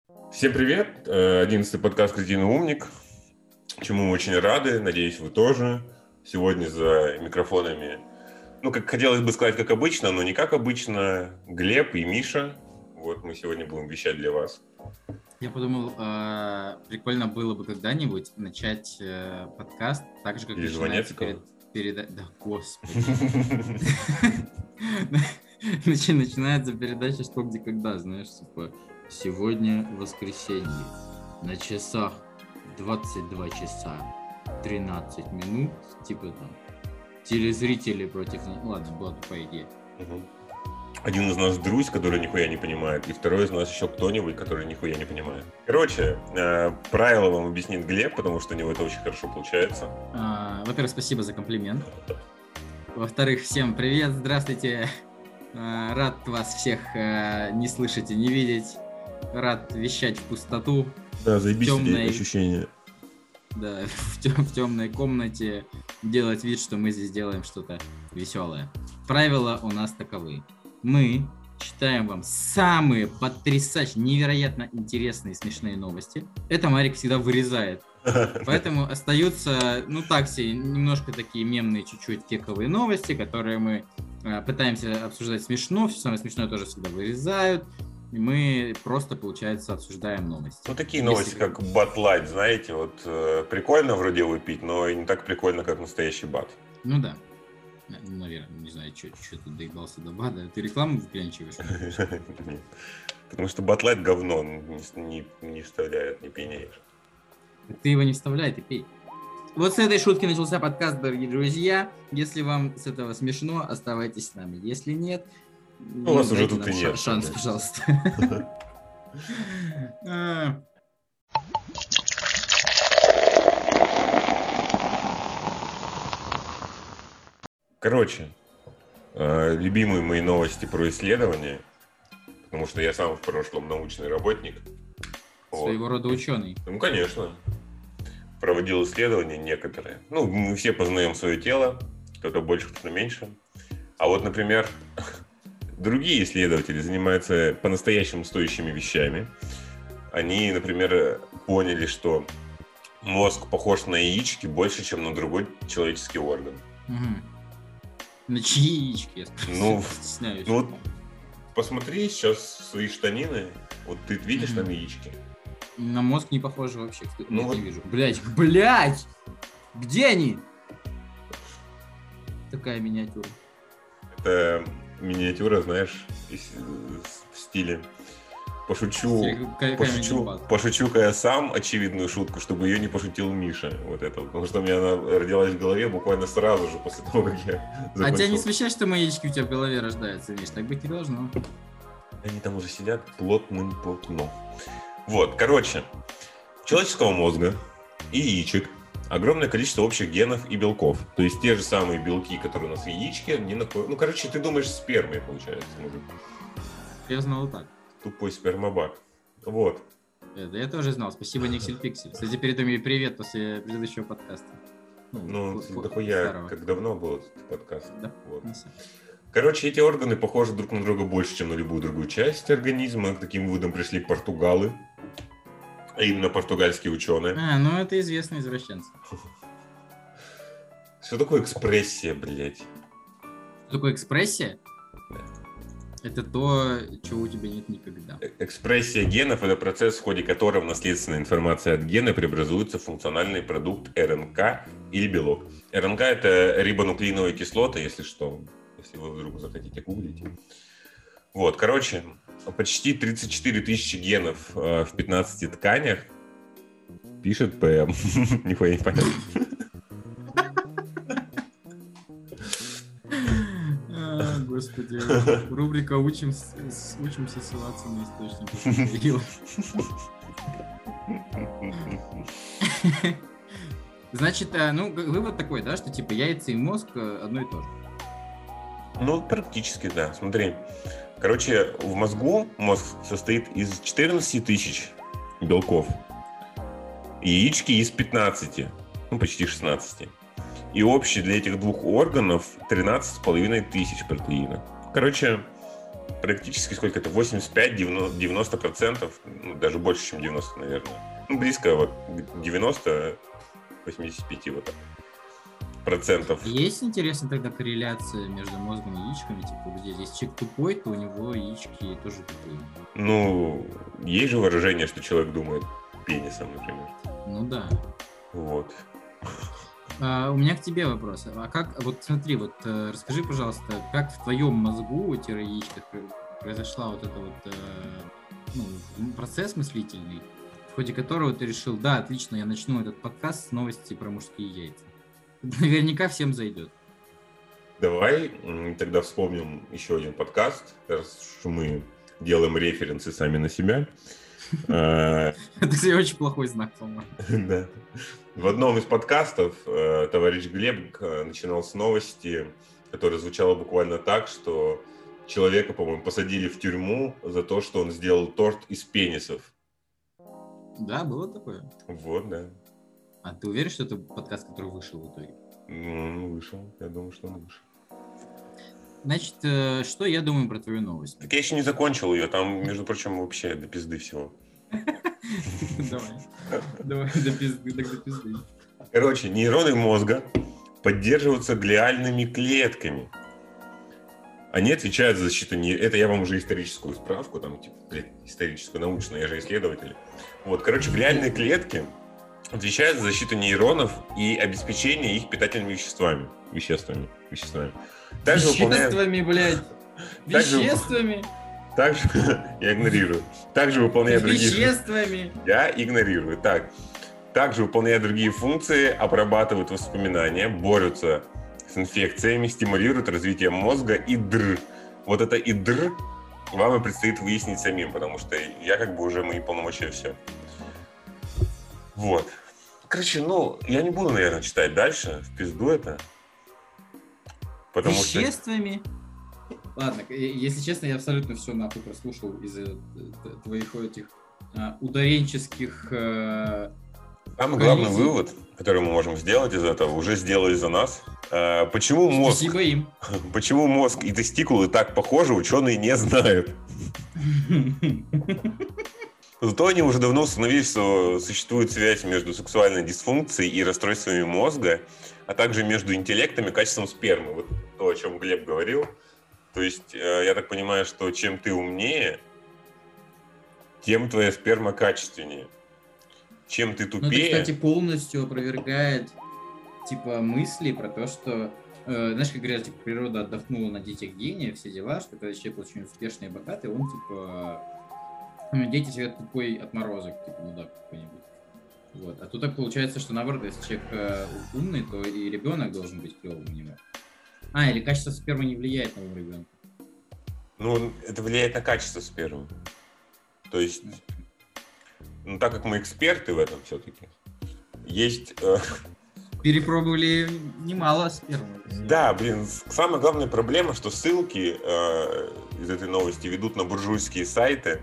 Всем привет! 11-й подкаст «Кретин и умник», чему мы очень рады, надеюсь, вы тоже. Сегодня за микрофонами, как хотелось бы сказать, как обычно, но не как обычно, Глеб и Миша. Вот мы сегодня будем вещать для вас. Я подумал, прикольно было бы когда-нибудь начать подкаст так же, как начинается передача. Да, господи. Начинается передача «Что, где, когда», знаешь, типа сегодня воскресенье, на часах 22 часа 13 минут, типа там телезрители против... Ладно, была тупая идея. Один из нас Друзь, который нихуя не понимает, и второй из нас еще кто-нибудь, который нихуя не понимает. Короче, правила вам объяснит Глеб, потому что у него это очень хорошо получается. Во-первых, спасибо за комплимент. Во-вторых, всем привет, здравствуйте. Рад вас всех не слышать и не видеть. Рад вещать в пустоту. Да, заебись эти ощущения. Да, в темной комнате делать вид, что мы здесь делаем что-то веселое. Правила у нас таковы. Мы читаем вам самые потрясающие, невероятно интересные, смешные новости. Это Марик всегда вырезает. Поэтому остаются, немножко такие мемные, чуть-чуть кековые новости, которые мы пытаемся обсуждать смешно. Все самое смешное тоже всегда вырезают. И мы просто, получается, обсуждаем новости. Такие новости, как Bud Light, знаете, прикольно вроде выпить, но и не так прикольно, как настоящий бат. Ну да. Наверное, не знаю, что ты доебался до бада. Ты рекламу вклянчиваешь? Нет. Потому что Bud Light говно не вставляет, не пьянеешь. Ты его не вставляй, ты пей. Вот с этой шутки начался подкаст, дорогие друзья. Если вам с этого смешно, оставайтесь с нами. Если нет, у вас уже тут и нет. Шанс, пожалуйста. Короче, любимые мои новости про исследования, потому что я сам в прошлом научный работник. Своего рода ученый. Конечно. Проводил исследования некоторые. Мы все познаем свое тело, кто-то больше, кто-то меньше. А вот, например, другие исследователи занимаются по-настоящему стоящими вещами. Они, например, поняли, что мозг похож на яички больше, чем на другой человеческий орган. На чьи яички? Я стесняюсь. Посмотри сейчас свои штанины. Вот ты видишь там яички? На мозг не похоже вообще. Не вижу. Блять! Где они? Такая миниатюра. Это миниатюра, знаешь, в стиле пошучу-ка я сам очевидную шутку, чтобы ее не пошутил Миша. Вот это. Потому что у меня она родилась в голове буквально сразу же после того, как я закончил. А тебя не смущает, что мои яички у тебя в голове рождаются, Миш? Так быть не должно. Они там уже сидят плотным полотном. Вот, короче, у человеческого мозга и яичек огромное количество общих генов и белков. То есть те же самые белки, которые у нас в яичке, они находятся... ты думаешь, спермой, получается, мужик. Я знал так. Тупой спермобак. Вот. Это я тоже знал. Спасибо, Никсель Пиксель. Кстати, передаю ей привет после предыдущего подкаста. Дохуя, как давно был этот подкаст. Да. Вот. Короче, эти органы похожи друг на друга больше, чем на любую другую часть организма. К таким выводам пришли португалы. А именно португальские ученые. Это известные извращенцы. Что такое экспрессия, блядь? Что такое экспрессия? Да. Это то, чего у тебя нет никогда. Экспрессия генов – это процесс, в ходе которого наследственная информация от гена преобразуется в функциональный продукт РНК или белок. РНК – это рибонуклеиновая кислота, если что. Если вы вдруг захотите гуглить. Вот, короче, почти 34 тысячи генов в 15 тканях. Пишет ПМ. Нихуя не понятно. Господи, рубрика «Учимся ссылаться на источники». Значит, вывод такой, да, что типа яйца и мозг одно и то же. Практически, да. Смотри. Короче, в мозгу мозг состоит из 14 тысяч белков. Яички из 15, почти 16. И общий для этих двух органов 13,5 тысяч протеина. Короче, практически сколько-то, 85-90%, ну, даже больше, чем 90, наверное. Ну, близко вот к 90-85 вот так процентов. Есть, интересно, тогда корреляция между мозгом и яичками? Типа, у людей, если человек тупой, то у него яички тоже тупые. Ну, есть же выражение, что человек думает пенисом, например. Ну да. Вот. У меня к тебе вопрос. А как, вот смотри, вот расскажи, пожалуйста, как в твоем мозгу-яичках произошла вот эта вот процесс мыслительный, в ходе которого ты решил, да, отлично, я начну этот подкаст с новостей про мужские яйца. Наверняка всем зайдет. Давай тогда вспомним еще один подкаст, раз что мы делаем референсы сами на себя. Это, кстати, очень плохой знак, по-моему. Да. В одном из подкастов товарищ Глеб начинал с новости, которая звучала буквально так, что человека, по-моему, посадили в тюрьму за то, что он сделал торт из пенисов. Да, было такое? Вот, да. А ты уверен, что это подкаст, который вышел в итоге? Вышел. Я думаю, что он вышел. Значит, что я думаю про твою новость? Так я еще не закончил ее. Там, между прочим, вообще до пизды всего. Давай, до пизды. Короче, нейроны мозга поддерживаются глиальными клетками. Они отвечают за защиту... Это я вам уже историческую справку, там, типа, историческую, научную, я же исследователь. Вот, короче, глиальные клетки отвечают за защиту нейронов и обеспечение их питательными веществами. Также веществами, блядь. Веществами. Также я игнорирую. Также выполняя другие... Веществами. Я игнорирую. Также выполняя другие функции, обрабатывают воспоминания, борются с инфекциями, стимулируют развитие мозга и др. Вот это и др вам и предстоит выяснить самим, потому что я как бы уже мои полномочия все. Вот. Короче, я не буду, наверное, читать дальше. В пизду это. Потому веществами? Ладно, если честно, я абсолютно все нахуй прослушал из-за твоих этих ударенческих... Самый главный вывод, который мы можем сделать из этого, уже сделали за нас. Почему мозг... Спасибо им. Почему мозг и тестикулы так похожи, ученые не знают. Зато они уже давно установили, что существует связь между сексуальной дисфункцией и расстройствами мозга, а также между интеллектом и качеством спермы. Вот то, о чем Глеб говорил. То есть, я так понимаю, что чем ты умнее, тем твоя сперма качественнее. Чем ты тупее... Ну, это, кстати, полностью опровергает, типа, мысли про то, что... знаешь, как говорят, типа, природа отдохнула на детях гения, все дела, что когда человек очень успешный и богатый, он, типа... дети себе тупой отморозок, типа, мудак какой-нибудь. Вот. А тут так получается, что наоборот, если человек умный, то и ребенок должен быть клевым у него. Или качество спермы не влияет на ум ребенка. Это влияет на качество спермы. То есть, так как мы эксперты в этом все-таки, есть... Перепробовали немало спермы. Да, самая главная проблема, что ссылки из этой новости ведут на буржуйские сайты.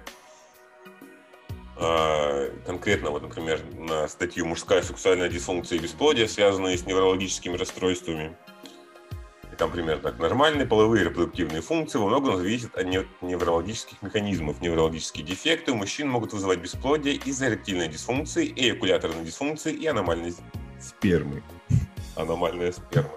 Конкретно, вот, например, на статью «Мужская сексуальная дисфункция и бесплодие, связанные с неврологическими расстройствами». И там, примерно так, нормальные половые репродуктивные функции во многом зависят от неврологических механизмов. Неврологические дефекты у мужчин могут вызывать бесплодие из-за эректильной дисфункции, эякулляторной дисфункции и аномальной спермы. Аномальная сперма.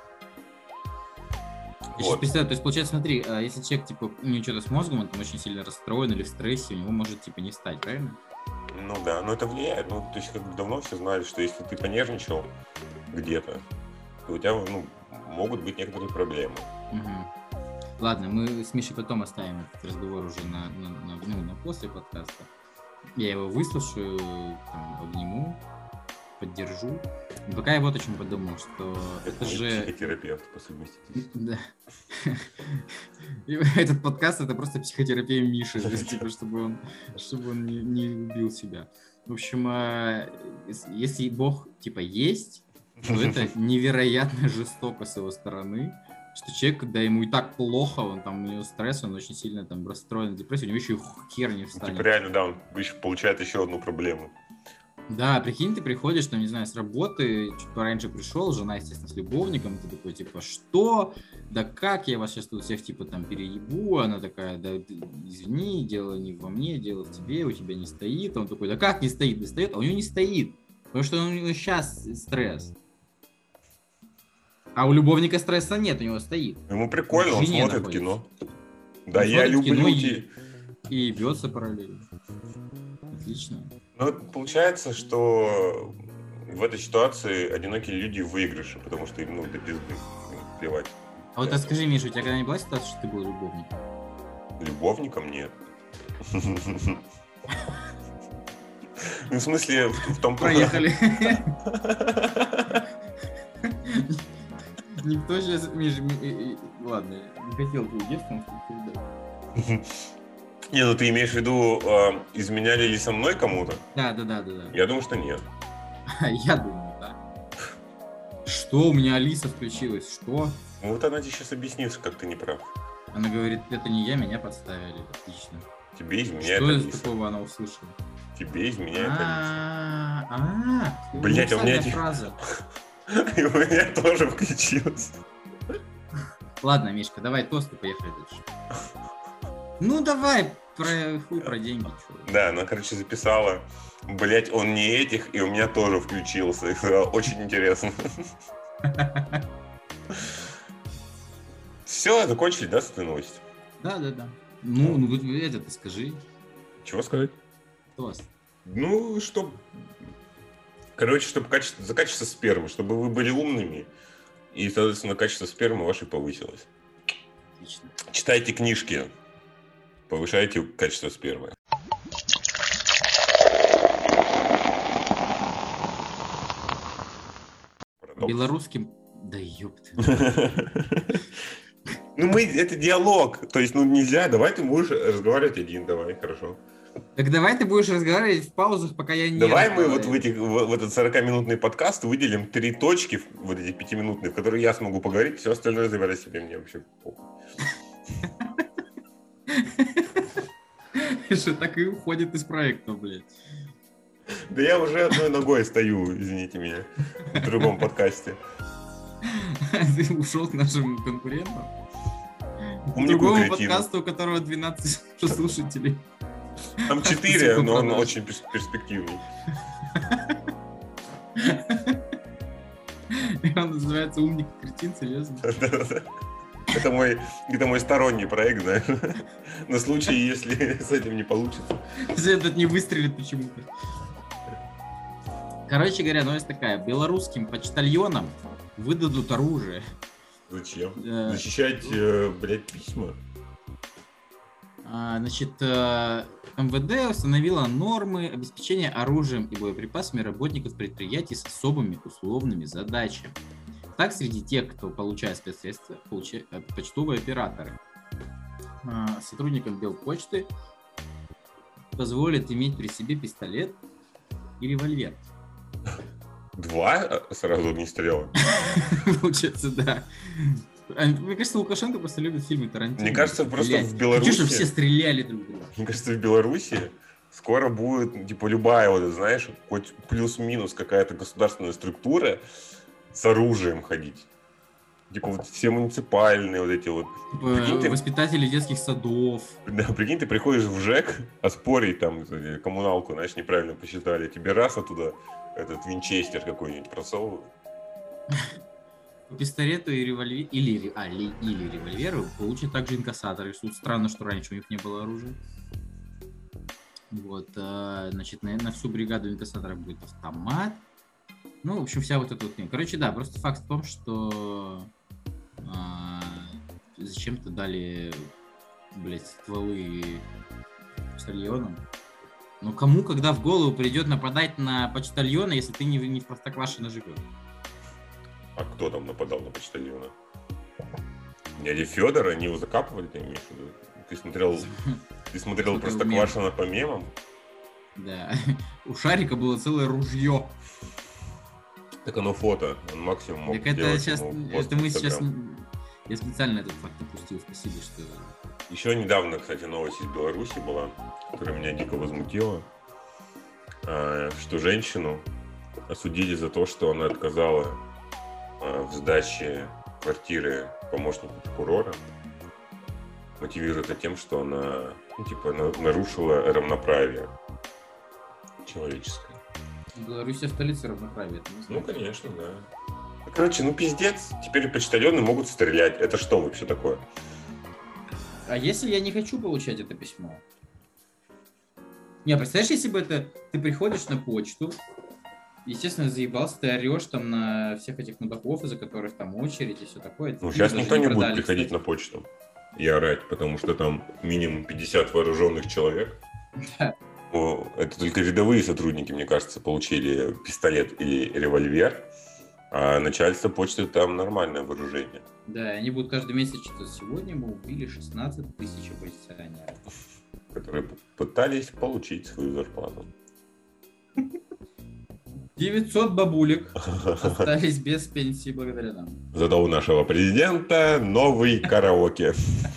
Я сейчас представляю, то есть, получается, смотри, если человек, типа, у него что-то с мозгом, он там очень сильно расстроен или в стрессе, у него может, типа, не встать, правильно? Ну да, но это влияет. То есть, как бы давно все знали, что если ты понервничал где-то, то у тебя, могут быть некоторые проблемы. Угу. Ладно, мы с Мишей потом оставим этот разговор уже на после подкаста. Я его выслушаю, там, обниму, поддержу. Пока я вот о чем подумал, что это же... Психотерапевт по совместительству. Да. Этот подкаст — это просто психотерапия Миши, типа, чтобы он не убил себя. В общем, если Бог, типа, есть, то это невероятно жестоко с его стороны, что человек, когда ему и так плохо, у него стресс, он очень сильно там расстроен, депрессия, у него еще и хер не встанет. Типа реально, да, он получает еще одну проблему. Да, прикинь, ты приходишь, там, не знаю, с работы, чуть пораньше пришел, жена, естественно, с любовником, ты такой, типа, что? Да как, я вас сейчас тут всех, типа, там, переебу, она такая, да, извини, дело не во мне, дело в тебе, у тебя не стоит, он такой, да как не стоит, да стоит, а у него не стоит, потому что у него сейчас стресс, а у любовника стресса нет, у него стоит. Ему прикольно, он Жене смотрит находится. кино. Да, Он я смотрит кино люблю... и бьется параллельно. Отлично. Ну, получается, что в этой ситуации одинокие люди в выигрыше, потому что им, ну, до пизды плевать. А вот скажи, Миша, у тебя когда-нибудь была ситуация, что ты был любовником? Любовником нет. Ну, в смысле, в том... Проехали. Никто сейчас... Миша, ладно, не хотел твою девственность передать. Не, ну ты имеешь в виду, изменяли ли со мной кому-то? Да. Я думаю, что нет. Я думаю, да. Что, у меня Алиса включилась, что? Ну вот она тебе сейчас объяснит, как ты не прав. Она говорит, это не я, меня подставили. Отлично. Тебе изменяет Что Алиса. из такого она услышала? Тебе изменяет Алиса. Блять, Блять, у меня фраза. И у меня тоже включилось. Ладно, Мишка, давай тосты, поехали дальше. Ну давай, хуй про деньги. Чё. Да, она, короче, записала. Блять, он не этих, и у меня тоже включился. И сказала, очень интересно. Все, закончили, да, с этой новостью? Да. Ну вот это ты скажи. Чего сказать? Тост. Ну, чтобы... Короче, чтобы за качество спермы, чтобы вы были умными, и, соответственно, качество спермы вашей повысилось. Отлично. Читайте книжки, повышайте качество спермы. Белорусским... Да ёпты. Ну, это диалог, то есть, ну, нельзя, давай ты будешь разговаривать один, давай, хорошо. Так давай ты будешь разговаривать в паузах, пока я не... Давай мы вот в этот 40-минутный подкаст выделим 3 точки, вот эти 5-минутные, в которые я смогу поговорить, все остальное забирай себе, мне вообще похуй. Что так и уходит из проекта, блядь. Да я уже одной ногой стою, извините меня, в другом подкасте. Ты ушел к нашим конкурентам? К другому подкасту, у которого 12 слушателей. Там 4, но он очень перспективный. И он называется «Умник и кретин», серьезно? Это мой сторонний проект, знаешь. На случай, если с этим не получится. Если этот не выстрелит почему-то. Короче говоря, новость такая. Белорусским почтальонам выдадут оружие. Зачем? Защищать, блядь, письма? Значит, МВД установила нормы обеспечения оружием и боеприпасами работников предприятий с особыми условными задачами. Так, среди тех, кто получает спецсредства, почтовые операторы. Сотрудникам Белпочты позволят иметь при себе пистолет и револьвер. 2 сразу огнестрела? Получается, да. Мне кажется, Лукашенко просто любит фильмы Тарантино. Мне кажется, просто в Беларуси... Хочу, чтобы все стреляли друг друга. Мне кажется, в Беларуси скоро будет, типа, любая, вот, знаешь, хоть плюс-минус какая-то государственная структура с оружием ходить. Типа, вот все муниципальные вот эти вот. Типа, воспитатели детских садов. Да, прикинь, ты приходишь в ЖЭК, оспорить там коммуналку, знаешь, неправильно посчитали. Тебе раз оттуда этот винчестер какой-нибудь просовывают. По пистолету и револьверу, или револьверу получат также инкассаторы. Тут странно, что раньше у них не было оружия. Вот, значит, на всю бригаду инкассаторов будет автомат. Ну, в общем, вся вот эта вот... Короче, да, просто факт в том, что зачем-то дали, блядь, стволы почтальонам. Но кому, когда в голову придет нападать на почтальона, если ты не в Простоквашино живешь? А кто там нападал на почтальона? Дядя Федор, они его закапывали, ты имеешь в виду? Ты смотрел Простоквашино по мемам? Да. У Шарика было целое ружье. Так оно фото, он максимум мог так это сейчас, это мы сейчас... Instagram. Я специально этот факт упустил, спасибо, что... Еще недавно, кстати, новость из Беларуси была, которая меня дико возмутила. что женщину осудили за то, что она отказала в сдаче квартиры помощнику прокурора, мотивируя это тем, что она нарушила равноправие человеческое. Беларусь столица равноправия. Ну, конечно, да. Короче, пиздец. Теперь почтальоны могут стрелять. Это что вообще такое? А если я не хочу получать это письмо? Не, представляешь, если бы ты приходишь на почту, естественно, заебался, ты орешь там на всех этих мудаков, из-за которых там очередь и все такое. Сейчас никто не будет приходить на почту и орать, потому что там минимум 50 вооруженных человек. Да. Это только рядовые сотрудники, мне кажется, получили пистолет или револьвер, а начальство почты там нормальное вооружение. Да, они будут каждый месяц что-то. Сегодня мы убили 16 тысяч оппозиционеров, которые пытались получить свою зарплату. 900 бабулек остались без пенсии благодаря нам. Зато у нашего президента новый караоке.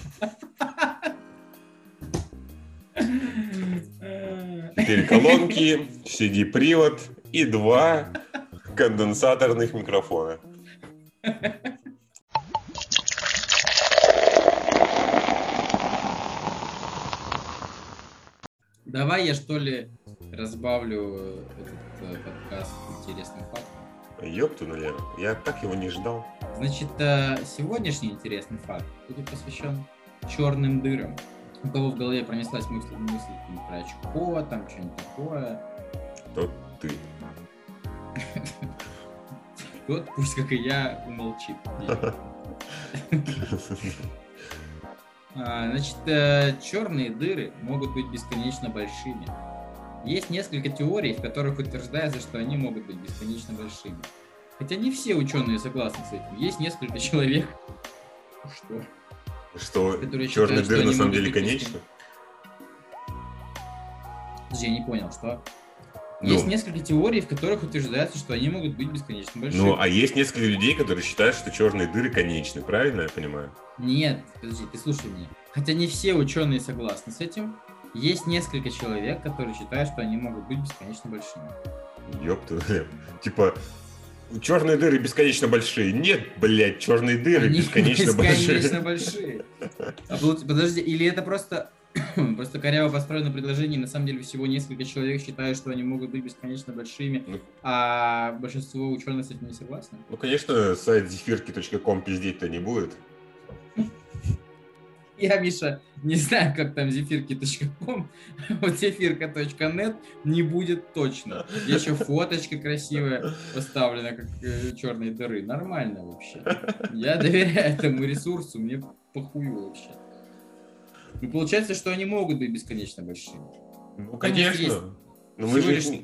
4 колонки, CD-привод и 2 конденсаторных микрофона. Давай я, что ли, разбавлю этот подкаст интересным фактом. Ёпту, наверное. Я так его не ждал. Значит, сегодняшний интересный факт будет посвящен черным дырам. У кого в голове пронеслась мысль про очко, там что-нибудь такое. Тот ты. Тот, пусть как и я, умолчит. Значит, черные дыры могут быть бесконечно большими. Есть несколько теорий, в которых утверждается, что они могут быть бесконечно большими. Хотя не все ученые согласны с этим. Есть несколько человек, что черные дыры на самом деле конечны? Я не понял, что? Есть несколько теорий, в которых утверждается, что они могут быть бесконечно большими. А есть несколько людей, которые считают, что черные дыры конечны, правильно я понимаю? Нет, подожди, ты слушай меня. Хотя не все ученые согласны с этим, есть несколько человек, которые считают, что они могут быть бесконечно большими. Ёпта, типа, черные дыры бесконечно большие. Нет, блядь, черные дыры бесконечно большие. Подожди, или это просто коряво построено предложение, на самом деле всего несколько человек считают, что они могут быть бесконечно большими, а большинство ученых с этим не согласны? Конечно, сайт zefirki.com пиздеть-то не будет. Я, Миша, не знаю, как там zefirki.com, вот zefirka.net не будет точно. Еще фоточка красивая поставлена, как черные дыры. Нормально вообще. Я доверяю этому ресурсу, мне похую вообще. Получается, что они могут быть бесконечно большими. Конечно. Но мы же...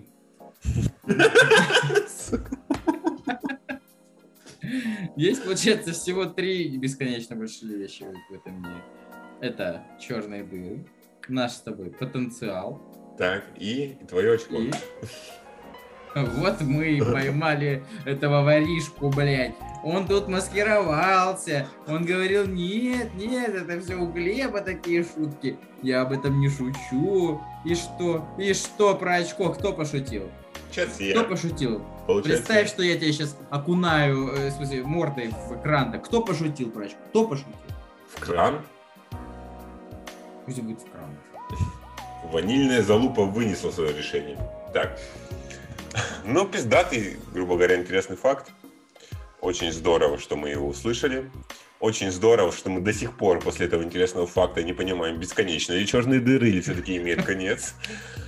Есть, получается, всего 3 бесконечно большие вещи в этом мире. Это черные дыры, наш с тобой потенциал. Так, и твое очко. Вот мы поймали этого воришку, блядь. Он тут маскировался. Он говорил, нет, это все у Глеба такие шутки. Я об этом не шучу. И что про очко? Кто пошутил? Сейчас я. Кто пошутил? Получается... Представь, что я тебя сейчас окунаю, в смысле, мордой в кран. Так кто пошутил про очко? Кто пошутил? В кран? Пусть будет в кран. Ванильная залупа вынесла свое решение. Так. Пиздатый, грубо говоря, интересный факт. Очень здорово, что мы его услышали. Очень здорово, что мы до сих пор после этого интересного факта не понимаем, бесконечно ли черные дыры, или все-таки имеют конец.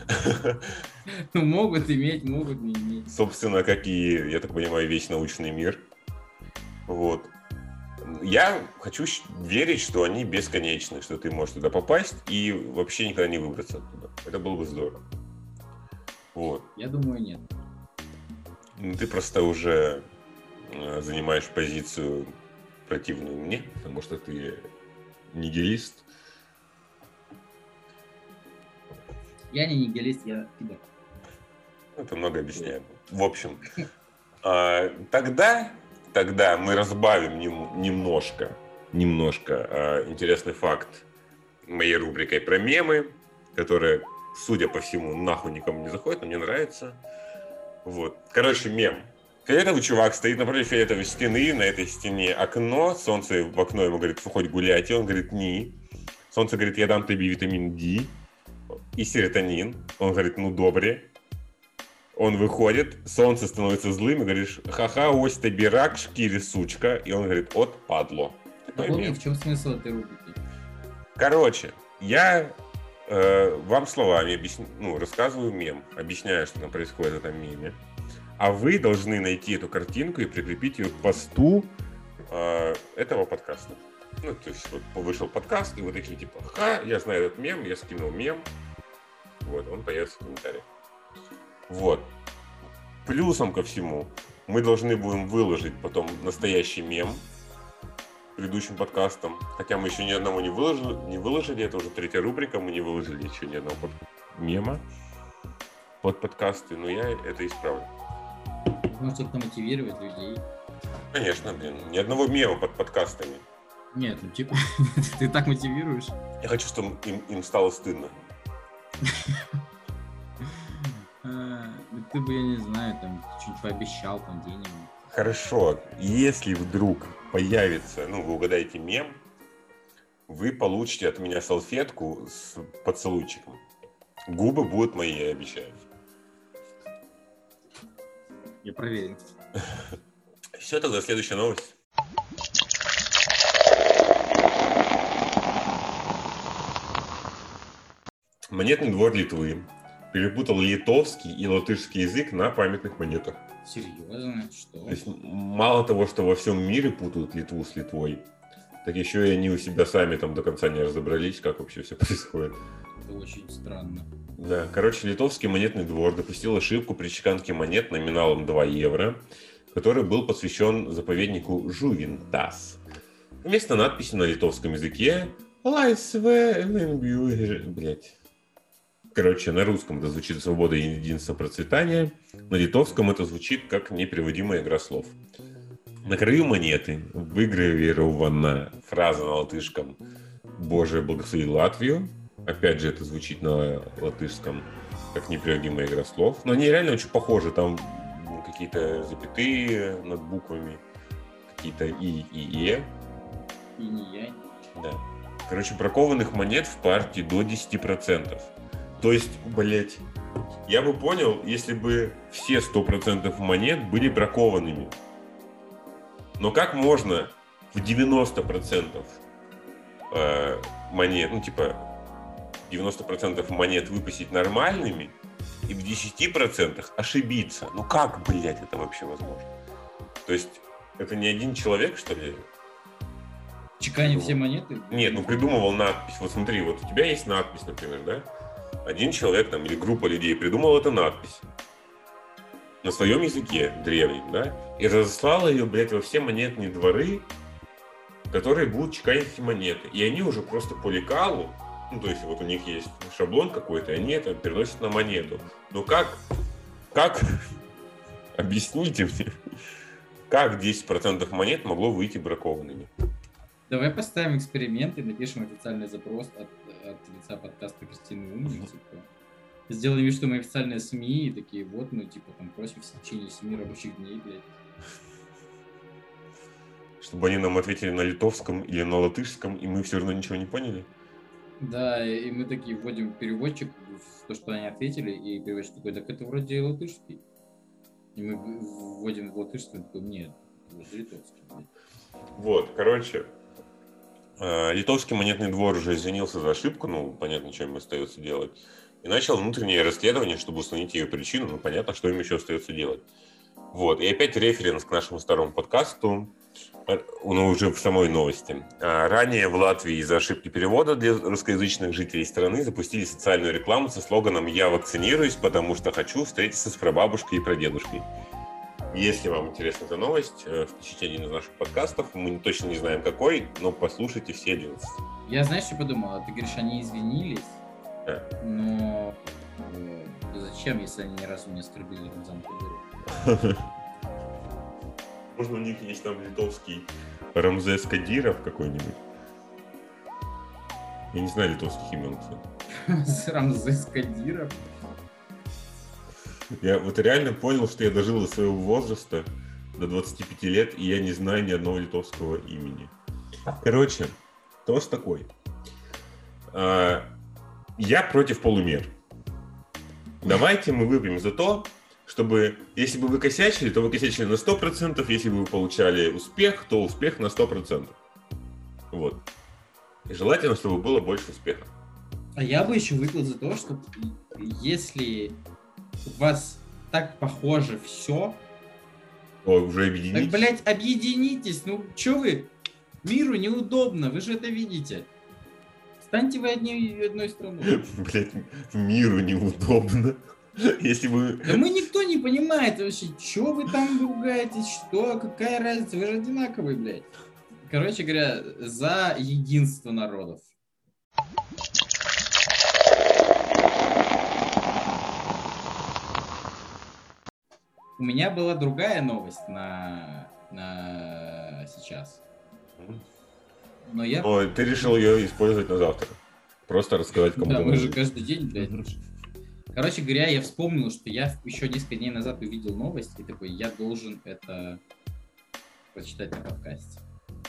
Могут иметь, могут не иметь. Собственно, как и, я так понимаю, весь научный мир. Вот. Я хочу верить, что они бесконечны, что ты можешь туда попасть и вообще никогда не выбраться оттуда. Это было бы здорово. Вот. Я думаю, нет. Ты просто уже занимаешь позицию противную мне, потому что ты нигилист. Я не нигилист, я пидор. Это много объясняет. В общем, тогда мы разбавим немножко интересный факт моей рубрикой про мемы, которая, судя по всему, нахуй никому не заходит, но мне нравится. Вот. Короче, мем. Фиолетовый чувак стоит напротив фиолетовой стены, на этой стене окно, солнце в окно ему говорит, выходь гулять, и он говорит, не. Солнце говорит, я дам тебе витамин D и серотонин. Он говорит, ну добре. Он выходит, солнце становится злым и говоришь, ха-ха, ось тебе рак, шкири, сучка. И он говорит, от падло. Напомни, в чем смысл этой рубрики? Короче, я вам словами рассказываю мем, объясняю, что там происходит в этом меме. А вы должны найти эту картинку и прикрепить ее к посту этого подкаста. Ну, то есть вот вышел подкаст, и вы такие типа, я знаю этот мем, я скинул мем. Вот, он появится в комментариях. Вот. Плюсом ко всему, мы должны будем выложить потом настоящий мем предыдущим подкастом. Хотя мы еще ни одного не выложили. Это уже 3-я рубрика, мы не выложили еще ни одного мема под подкасты, но я это исправлю. Можете как-то мотивировать людей. Конечно, ни одного мема под подкастами. Нет, ну типа, ты так мотивируешь. Я хочу, чтобы им стало стыдно. Ты бы, я не знаю, там, чуть пообещал, там, денег. Хорошо, если вдруг появится, вы угадаете мем, вы получите от меня салфетку с поцелуйчиком. Губы будут мои, я обещаю. Я проверю. Все, тогда следующая новость. Монетный двор Литвы перепутал литовский и латышский язык на памятных монетах. Серьезно? Что? То есть мало того, что во всем мире путают Литву с Литвой, так еще и они у себя сами там до конца не разобрались, как вообще все происходит. Это очень странно. Да, короче, литовский монетный двор допустил ошибку при чеканке монет номиналом 2 евро, который был посвящен заповеднику Жувентас. Вместо надписи на литовском языке Короче, на русском это звучит «Свобода и единство процветания», на литовском это звучит как непереводимая игра слов. На краю монеты выгравирована фраза на латышском «Боже, благослови Латвию». Опять же, это звучит на латышском как непереводимая игра слов. Но они реально очень похожи. Там какие-то запятые над буквами, какие-то и «е». И не я. Да. Короче, бракованных монет в партии до 10%. То есть, блять, я бы понял, если бы все 100% монет были бракованными. Но как можно в 90% монет, 90% монет выпустить нормальными и в 10% ошибиться? Ну как, блять, это вообще возможно? То есть, это не один человек, что ли? Чеканит все монеты? Нет, придумывал надпись. Вот смотри, вот у тебя есть надпись, например, да? Один человек там или группа людей придумал эту надпись на своем языке древнем, да? И разослал ее, блядь, во все монетные дворы, которые будут чеканить эти монеты. И они уже просто по лекалу, то есть вот у них есть шаблон какой-то, и они это переносят на монету. Но как? Объясните мне, как 10% монет могло выйти бракованными? Давай поставим эксперимент и напишем официальный запрос от лица подкаста Кристины Умник. Сделаем вид, что мы официальные СМИ, и такие вот мы там просим в течение 7 рабочих дней, блядь. Чтобы они нам ответили на литовском или на латышском, и мы все равно ничего не поняли? Да, и мы такие вводим переводчик в то, что они ответили, и переводчик такой, так это вроде латышский. И мы вводим в латышский, он такой, нет, это литовский. Вот, короче, литовский монетный двор уже извинился за ошибку, понятно, что им остается делать, и начал внутреннее расследование, чтобы установить ее причину, понятно, что им еще остается делать. Вот, и опять референс к нашему старому подкасту, уже в самой новости. Ранее в Латвии из-за ошибки перевода для русскоязычных жителей страны запустили социальную рекламу со слоганом «Я вакцинируюсь, потому что хочу встретиться с прабабушкой и прадедушкой». Если вам интересна эта новость, включите один из наших подкастов. Мы точно не знаем какой, но послушайте все 11. Я, знаешь, что подумал? Ты говоришь, они извинились, да. Но зачем, если они ни разу не оскорбили Рамзана Кадырова? Может, у них есть там литовский Рамзес Кадиров какой-нибудь? Я не знаю литовских имен, кстати. Рамзес Кадиров. Я вот реально понял, что я дожил до своего возраста, до 25 лет, и я не знаю ни одного литовского имени. Короче, тост такой. Я против полумер. Давайте мы выпьем за то, чтобы, если бы вы косячили, то вы косячили на 100%, если бы вы получали успех, то успех на 100%. Вот. И желательно, чтобы было больше успеха. А я бы еще выпил за то, что если у вас так похоже все, то уже объединитесь. так, блядь, объединитесь. Ну, что вы? Миру неудобно, вы же это видите. Станьте вы одной страной. Блядь, миру неудобно. Если бы... Да мы никто не понимает вообще, что вы там ругаетесь, что, какая разница, вы же одинаковые, блядь. Короче говоря, за единство народов. У меня была другая новость на сейчас. Но я... Ой, ты решил ее использовать на завтра. Просто рассказать кому-то. Да, мы же каждый день, блядь. Короче говоря, я вспомнил, что я еще несколько дней назад увидел новость, и такой, я должен это прочитать на подкасте.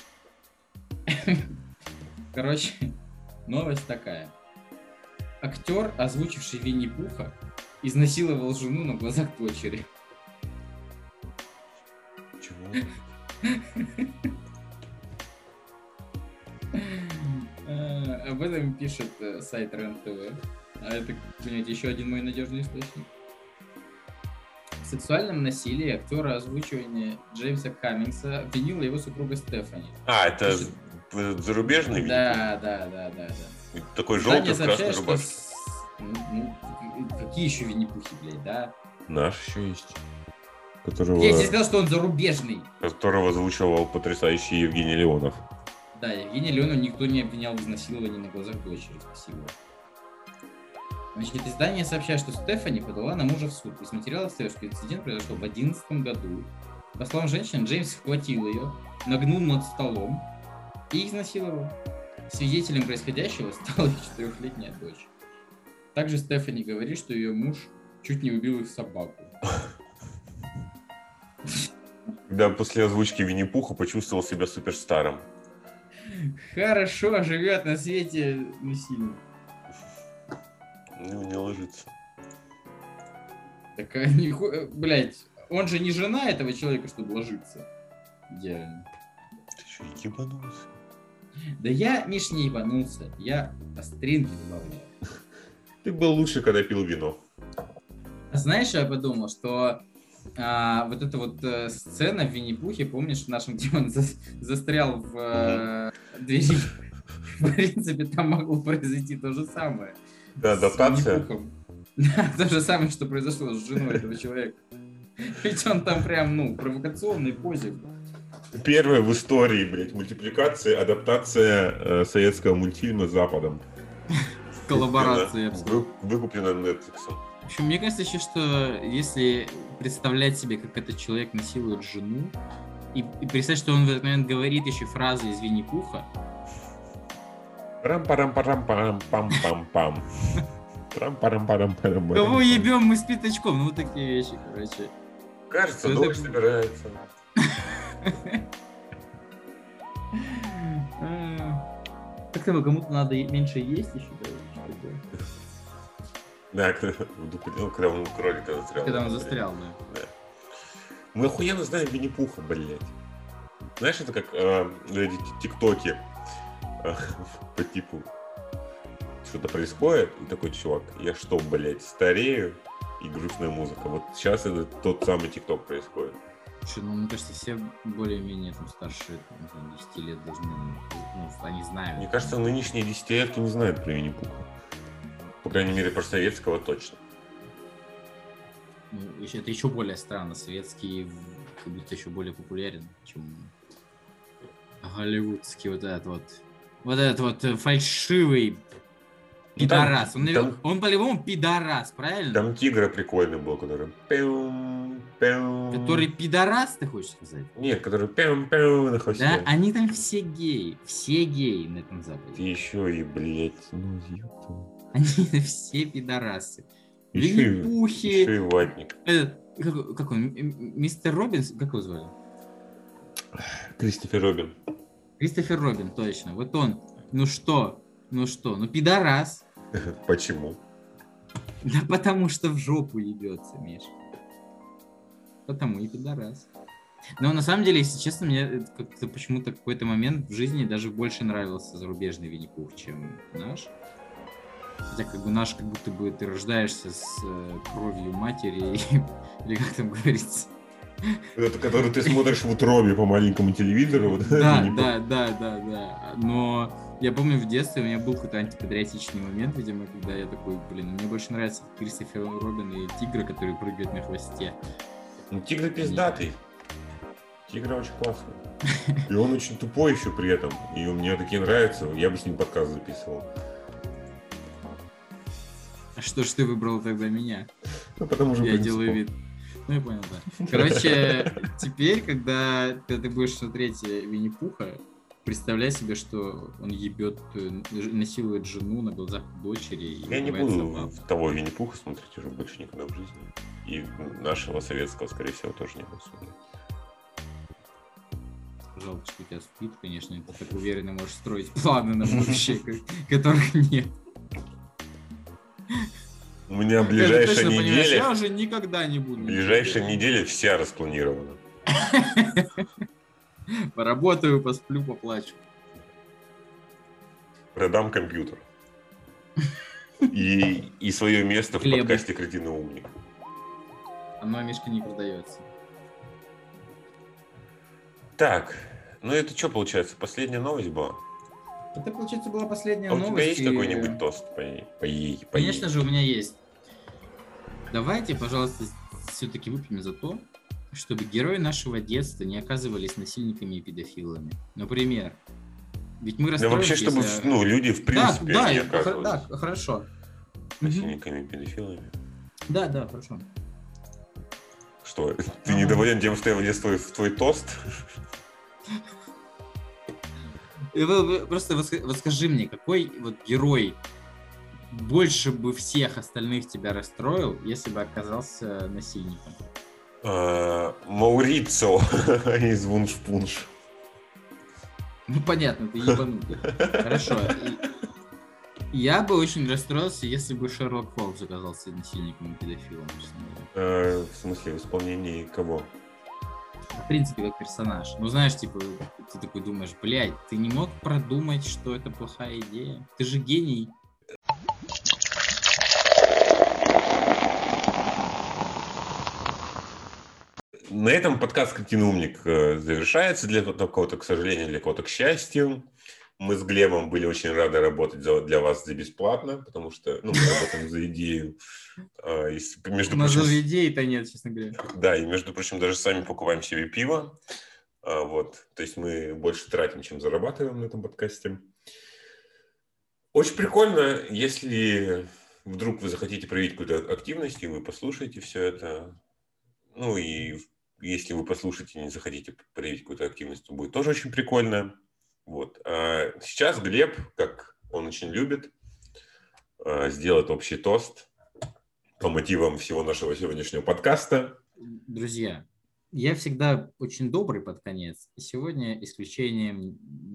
Короче, новость такая. Актер, озвучивший Винни-Пуха, изнасиловал жену на глазах дочери. Чего? Об этом пишет сайт РЕН-ТВ. А это, понимаете, еще один мой надежный источник. В сексуальном насилии актера озвучивания Джеймса Каммингса обвинила его супруга Стефани. А, это зарубежный видео? Да. Такой желтый в красной что рубашке. Какие еще Винни-Пухи, блядь, да? Наш еще есть. Я тебе сказал, что он зарубежный. Которого озвучивал потрясающий Евгений Леонов. Да, Евгения Леонова никто не обвинял в изнасиловании на глазах дочери. Спасибо. Значит, издание сообщает, что Стефани подала на мужа в суд. Из материалов следует, что инцидент произошел в 2011 году. По словам женщины, Джеймс схватил ее, нагнул над столом и изнасиловал. Свидетелем происходящего стала их 4-летняя дочь. Также Стефани говорит, что ее муж чуть не убил их собаку. Да, после озвучки Винни-Пуха почувствовал себя суперстаром. Хорошо живет на свете насильник. Ну, не ложится. Так, блядь, он же не жена этого человека, чтобы ложиться. Идеально. Ты что, ебанулся? Да я, Миш, не ебанулся. Я остринки добавляю. Ты был лучше, когда пил вино. Знаешь, я подумал, что вот эта вот сцена в Винни-Пухе, помнишь, в нашем, где он застрял в двери? В принципе, там могло произойти то же самое. Да, адаптация. Да, то же самое, что произошло с женой этого человека. Ведь он там прям, в провокационной позе. Первая в истории, блядь, мультипликация, адаптация советского мультфильма с Западом. Коллаборация. Выкуплена Netflix. В общем, мне кажется еще, что если представлять себе, как этот человек насилует жену, и представить, что он в этот момент говорит еще фразы из Винни-Пуха. Рам-парам-парам-парам-пам-пам-пам. Трам-парам-парам-парам. Кого ебем мы с пятачком? Ну, вот такие вещи, короче. Кажется, дождь собирается. Как-то кому-то надо меньше есть еще, да, когда он кролика застрял. Когда он застрял, да. Мы охуенно знаем Винни-Пуха, блядь. Знаешь, это как эти тиктоки по типу что-то происходит, и такой чувак, я что, блядь, старею, и грустная музыка. Вот сейчас это тот самый тикток происходит. Слушай, мне кажется, все более-менее там старше 10 лет должны, они знают. Мне кажется, нынешние десятилетки не знают про Винни-Пуха. По крайней мере, про советского точно. Это еще более странно. Советский как будто еще более популярен, чем голливудский вот этот вот фальшивый пидорас. Он по-любому пидорас, правильно? Там тигра прикольный был, который... Который пидорас, ты хочешь сказать? Нет, который пяу-пяу на хвосте. Да, они там все геи на этом западе. Ты еще и, блядь, ну ёпта. Они все пидорасы. Еще Винни-Пухи. и ватник. Как он? Мистер Робинс? Как его звали? Кристофер Робин. Кристофер Робин, точно. Вот он. Ну пидорас. Почему? Да потому что в жопу ебется, Миш. Потому и пидорас. Но на самом деле, если честно, мне как-то почему-то какой-то момент в жизни даже больше нравился зарубежный Винни-Пух, чем наш. Хотя как бы наш, как будто бы ты рождаешься с кровью матери, или как там говорится. Это который ты смотришь в утробе по маленькому телевизору. Вот, Да. Но я помню, в детстве у меня был какой-то антипатриотичный момент, видимо, когда я такой, мне больше нравится Кристофер Робин и тигра, который прыгает на хвосте. Ну, тигр пиздатый. Тигр очень классный. И он очень тупой еще при этом. И мне такие нравятся. Я бы с ним подкаст записывал. А что ж ты выбрал тогда меня? Ну, потому что я делаю вид. Ну, я понял, да. Короче, теперь, когда ты будешь смотреть Винни-Пуха, представляй себе, что он ебет, насилует жену на глазах дочери. Я не буду того Винни-Пуха смотреть уже больше никогда в жизни. И нашего советского, скорее всего, тоже не буду смотреть. Жалко, что у тебя спит, конечно, ты так уверенно можешь строить планы на будущее, которых нет. У меня ближайшая неделя... Я уже никогда не буду. Ближайшая неделя вся распланирована. Поработаю, посплю, поплачу. Продам компьютер. И свое место в подкасте «Кретиный умник». Оно, Мишка, не продается. Так, ну это что получается? Последняя новость была? Это, получается, была последняя новость. У тебя есть какой-нибудь тост по ей? Конечно же, у меня есть. Давайте, пожалуйста, все-таки выпьем за то, чтобы герои нашего детства не оказывались насильниками и педофилами. Например, ведь мы расстроились... Да вообще, чтобы люди в принципе не оказывались. Да, хорошо. Насильниками и педофилами? Да, хорошо. Что, ты недоволен тем, что я влез в твой тост? Просто вот скажи мне, какой вот герой больше бы всех остальных тебя расстроил, если бы оказался насильником? Маурицо из Вуншпунш. Ну понятно, ты ебанутый. Хорошо. Я бы очень расстроился, если бы Шерлок Холмс оказался насильником и педофилом. В смысле, в исполнении кого? В принципе, как персонаж. Ну, знаешь, типа, ты такой думаешь, блядь, ты не мог продумать, что это плохая идея? Ты же гений. На этом подкаст «Кретиный умник» завершается. Для кого-то, к сожалению, для кого-то, к счастью. Мы с Глебом были очень рады работать для вас за бесплатно, потому что мы работаем за идею. У нас даже идеи-то нет, честно говоря. Да, и, между прочим, даже сами покупаем себе пиво. Вот. То есть мы больше тратим, чем зарабатываем на этом подкасте. Очень прикольно, если вдруг вы захотите проявить какую-то активность, и вы послушаете все это. Ну и если вы послушаете и не захотите проявить какую-то активность, то будет тоже очень прикольно. Вот. А сейчас Глеб, как он очень любит, сделает общий тост по мотивам всего нашего сегодняшнего подкаста. Друзья, я всегда очень добрый под конец, и сегодня исключением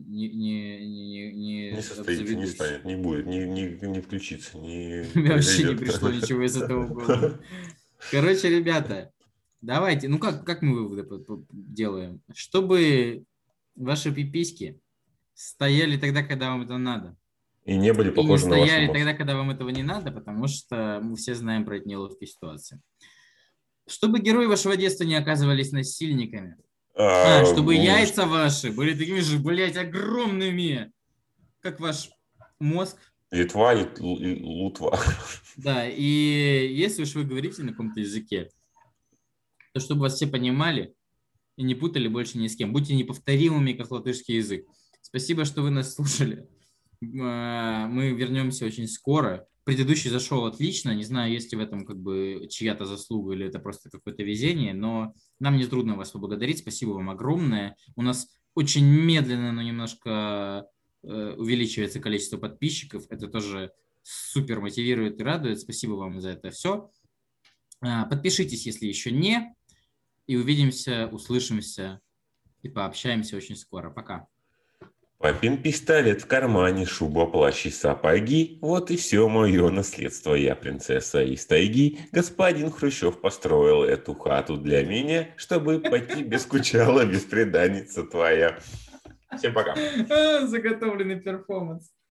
не состоится, не станет, не будет, не включится, не вообще не пришло ничего из этого в голову. Короче, ребята, давайте, как мы выводы делаем? Чтобы ваши пиписьки стояли тогда, когда вам это надо. И не были похожи на ваши стояли тогда, когда вам этого не надо, потому что мы все знаем про эти неловкие ситуации. Чтобы герои вашего детства не оказывались насильниками. Чтобы яйца ваши были такими же, блядь, огромными, как ваш мозг. Литва, Лутва. Да, и если уж вы говорите на каком-то языке, то чтобы вас все понимали и не путали больше ни с кем. Будьте неповторимыми, как латышский язык. Спасибо, что вы нас слушали. Мы вернемся очень скоро. Предыдущий зашел отлично. Не знаю, есть ли в этом как бы чья-то заслуга или это просто какое-то везение, но нам не трудно вас поблагодарить. Спасибо вам огромное. У нас очень медленно, но немножко увеличивается количество подписчиков. Это тоже супер мотивирует и радует. Спасибо вам за это все. Подпишитесь, если еще не. И увидимся, услышимся и пообщаемся очень скоро. Пока. Папин пистолет в кармане, шуба, плащ и сапоги. Вот и все мое наследство, я принцесса из тайги. Господин Хрущев построил эту хату для меня, чтобы по тебе скучала бесприданница твоя. Всем пока. Заготовленный перформанс.